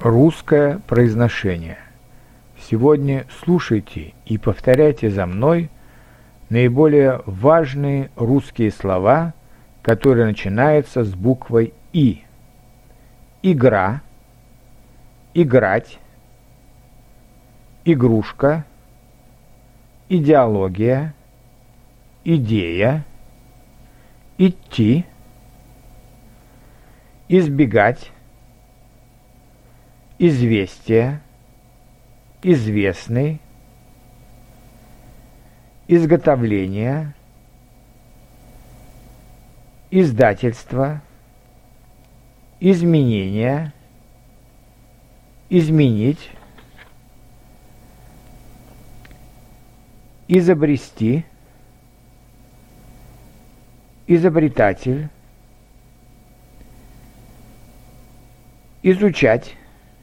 Русское произношение. Сегодня слушайте и повторяйте за мной наиболее важные русские слова, которые начинаются с буквой «и». Игра, играть, игрушка, идеология, идея, идти, избегать, известие, известный, изготовление, издательство, изменение, изменить, изобрести, изобретатель, изучать,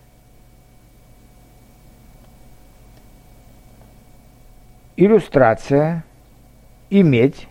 иллюстрация, иметь,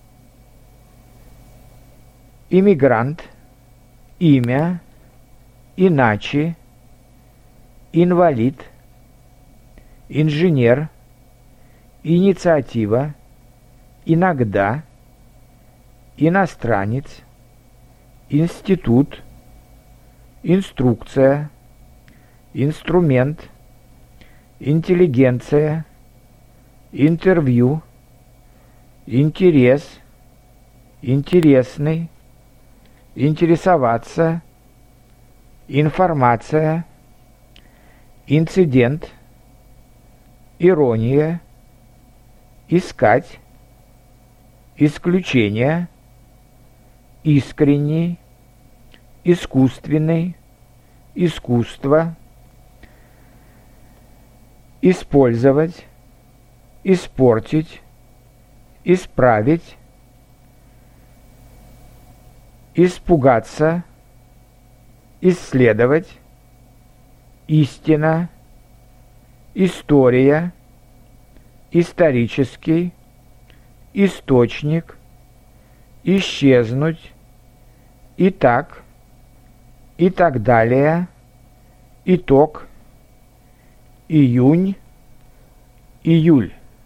иммигрант, имя, иначе, инвалид, инженер, инициатива, иногда, иностранец, институт, инструкция, инструмент, интеллигенция, интервью, интерес, интересный, интересоваться, информация, инцидент, ирония, искать, исключение, искренний, искусственный, искусство, использовать, испортить, исправить, испугаться, исследовать, истина, история, исторический, источник, исчезнуть, и так далее, итог, июнь, июль.